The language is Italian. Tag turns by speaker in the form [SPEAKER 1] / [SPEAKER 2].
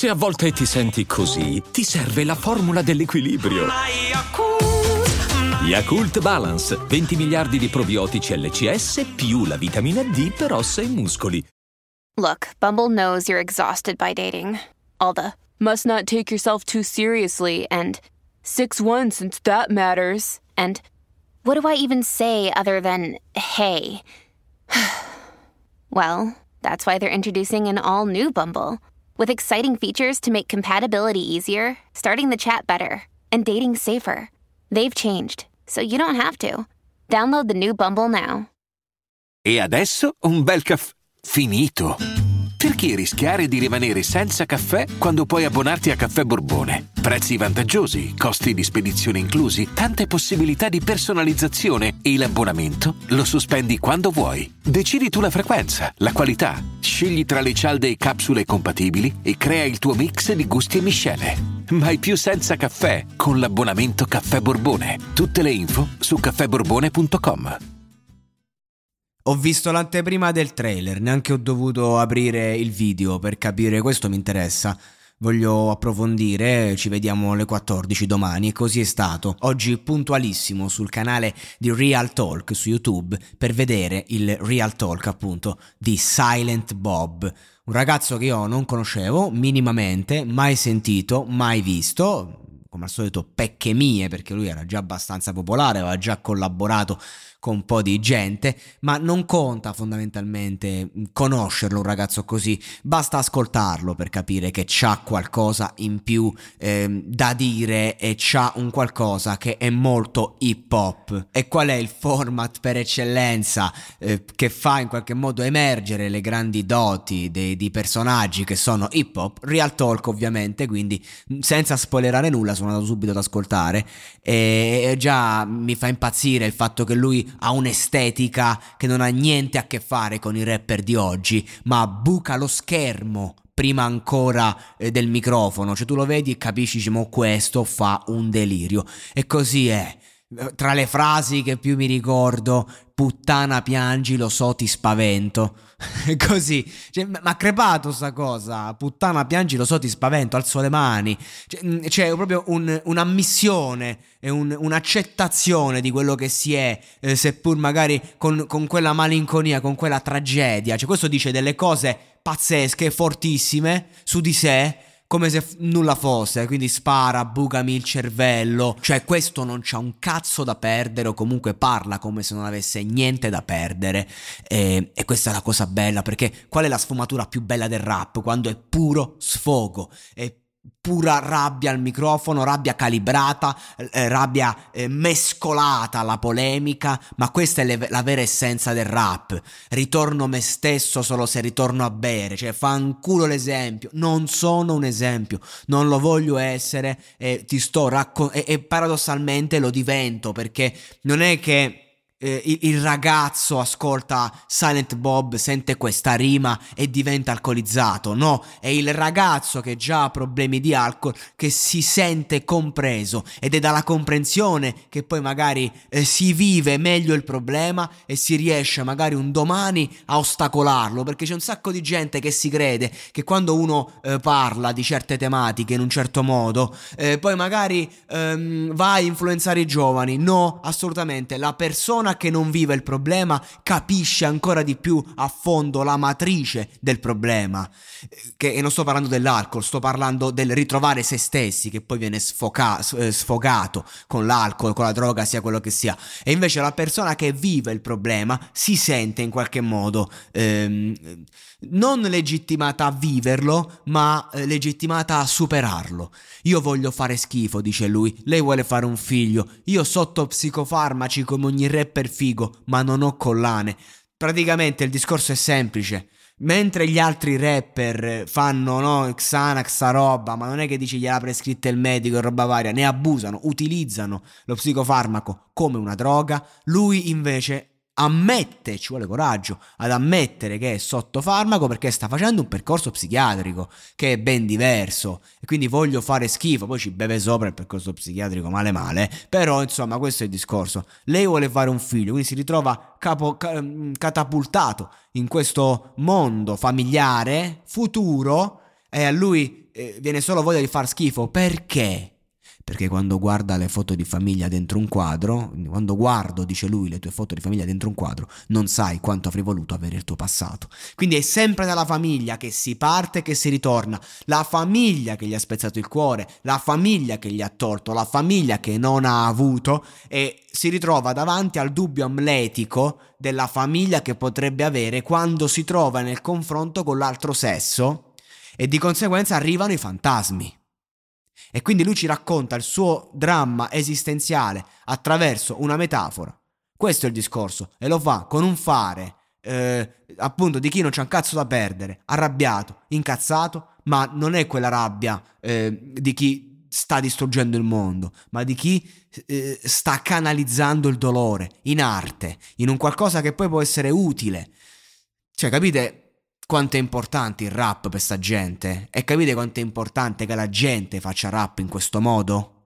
[SPEAKER 1] Se a volte ti senti così, ti serve la formula dell'equilibrio. Yakult Balance, 20 miliardi di probiotici LCS più la vitamina D per ossa e muscoli.
[SPEAKER 2] Look, Bumble knows you're exhausted by dating. All the must not take yourself too seriously and 6'1" since that matters. And what do I even say other than hey? Well, that's why they're introducing an all-new Bumble with exciting features to make compatibility easier, starting the chat better, and dating safer. They've changed, so you don't have to. Download the new Bumble now.
[SPEAKER 3] E adesso un bel caffè finito. Perché rischiare di rimanere senza caffè quando puoi abbonarti a Caffè Borbone? Prezzi vantaggiosi, costi di spedizione inclusi, tante possibilità di personalizzazione e l'abbonamento lo sospendi quando vuoi. Decidi tu la frequenza, la qualità, scegli tra le cialde e capsule compatibili e crea il tuo mix di gusti e miscele. Mai più senza caffè con l'abbonamento Caffè Borbone. Tutte le info su caffèborbone.com.
[SPEAKER 4] Ho visto l'anteprima del trailer, neanche ho dovuto aprire il video per capire, questo mi interessa. Voglio approfondire, ci vediamo alle 14 domani e così è stato. Oggi puntualissimo sul canale di Real Talk su YouTube per vedere il Real Talk appunto di Silent Bob. Un ragazzo che io non conoscevo minimamente, mai sentito, mai visto, come al solito pecche mie perché lui era già abbastanza popolare, aveva già collaborato con un po' di gente, ma non conta fondamentalmente conoscerlo un ragazzo così, basta ascoltarlo per capire che c'ha qualcosa in più da dire e c'ha un qualcosa che è molto hip hop. E qual è il format per eccellenza che fa in qualche modo emergere le grandi doti di personaggi che sono hip hop? Real Talk ovviamente, quindi senza spoilerare nulla sono andato subito ad ascoltare e già mi fa impazzire il fatto che lui ha un'estetica che non ha niente a che fare con i rapper di oggi, ma buca lo schermo prima ancora del microfono, cioè tu lo vedi e capisci, diciamo, questo fa un delirio. E così è. Tra le frasi che più mi ricordo, puttana piangi, lo so ti spavento. Così, cioè, ma ha crepato sta cosa, puttana piangi, lo so ti spavento, alzo le mani. C'è proprio un'ammissione e un'accettazione di quello che si è, seppur magari con quella malinconia, con quella tragedia. Cioè questo dice delle cose pazzesche, fortissime su di sé, come se nulla fosse, quindi spara, bucami il cervello, cioè questo non c'ha un cazzo da perdere o comunque parla come se non avesse niente da perdere e questa è la cosa bella, perché qual è la sfumatura più bella del rap? Quando è puro sfogo, è pura rabbia al microfono, rabbia calibrata, rabbia mescolata alla polemica, ma questa è la vera essenza del rap. Ritorno me stesso solo se ritorno a bere, cioè fanculo l'esempio, non sono un esempio, non lo voglio essere e ti sto e paradossalmente lo divento, perché non è che il ragazzo ascolta Silent Bob, sente questa rima e diventa alcolizzato. No, è il ragazzo che già ha problemi di alcol che si sente compreso ed è dalla comprensione che poi magari si vive meglio il problema e si riesce magari un domani a ostacolarlo, perché c'è un sacco di gente che si crede che quando uno parla di certe tematiche in un certo modo poi magari va a influenzare i giovani. No, assolutamente, la persona che non vive il problema capisce ancora di più a fondo la matrice del problema, e non sto parlando dell'alcol, sto parlando del ritrovare se stessi, che poi viene sfogato con l'alcol, con la droga, sia quello che sia. E invece la persona che vive il problema si sente in qualche modo non legittimata a viverlo, ma legittimata a superarlo. Io voglio fare schifo, dice lui, lei vuole fare un figlio, io sotto psicofarmaci come ogni rapper figo, ma non ho collane. Praticamente il discorso è semplice. Mentre gli altri rapper fanno, no, Xanax, sta roba, ma non è che dici gliela prescritta il medico e roba varia, ne abusano, utilizzano lo psicofarmaco come una droga, lui invece ammette, ci vuole coraggio ad ammettere che è sotto farmaco perché sta facendo un percorso psichiatrico che è ben diverso, e quindi voglio fare schifo, poi ci beve sopra il percorso psichiatrico male, però insomma questo è il discorso. Lei vuole fare un figlio, quindi si ritrova catapultato in questo mondo familiare futuro, e a lui viene solo voglia di far schifo. Perché? Perché quando guarda le foto di famiglia dentro un quadro, quando guardo, dice lui, le tue foto di famiglia dentro un quadro, non sai quanto avrei voluto avere il tuo passato. Quindi è sempre dalla famiglia che si parte e che si ritorna. La famiglia che gli ha spezzato il cuore, la famiglia che gli ha tolto, la famiglia che non ha avuto, e si ritrova davanti al dubbio amletico della famiglia che potrebbe avere quando si trova nel confronto con l'altro sesso, e di conseguenza arrivano i fantasmi. E quindi lui ci racconta il suo dramma esistenziale attraverso una metafora. Questo è il discorso, e lo fa con un fare appunto di chi non c'ha un cazzo da perdere, arrabbiato, incazzato, ma non è quella rabbia di chi sta distruggendo il mondo, ma di chi sta canalizzando il dolore in arte, in un qualcosa che poi può essere utile. Cioè, capite quanto è importante il rap per sta gente? E capite quanto è importante che la gente faccia rap in questo modo?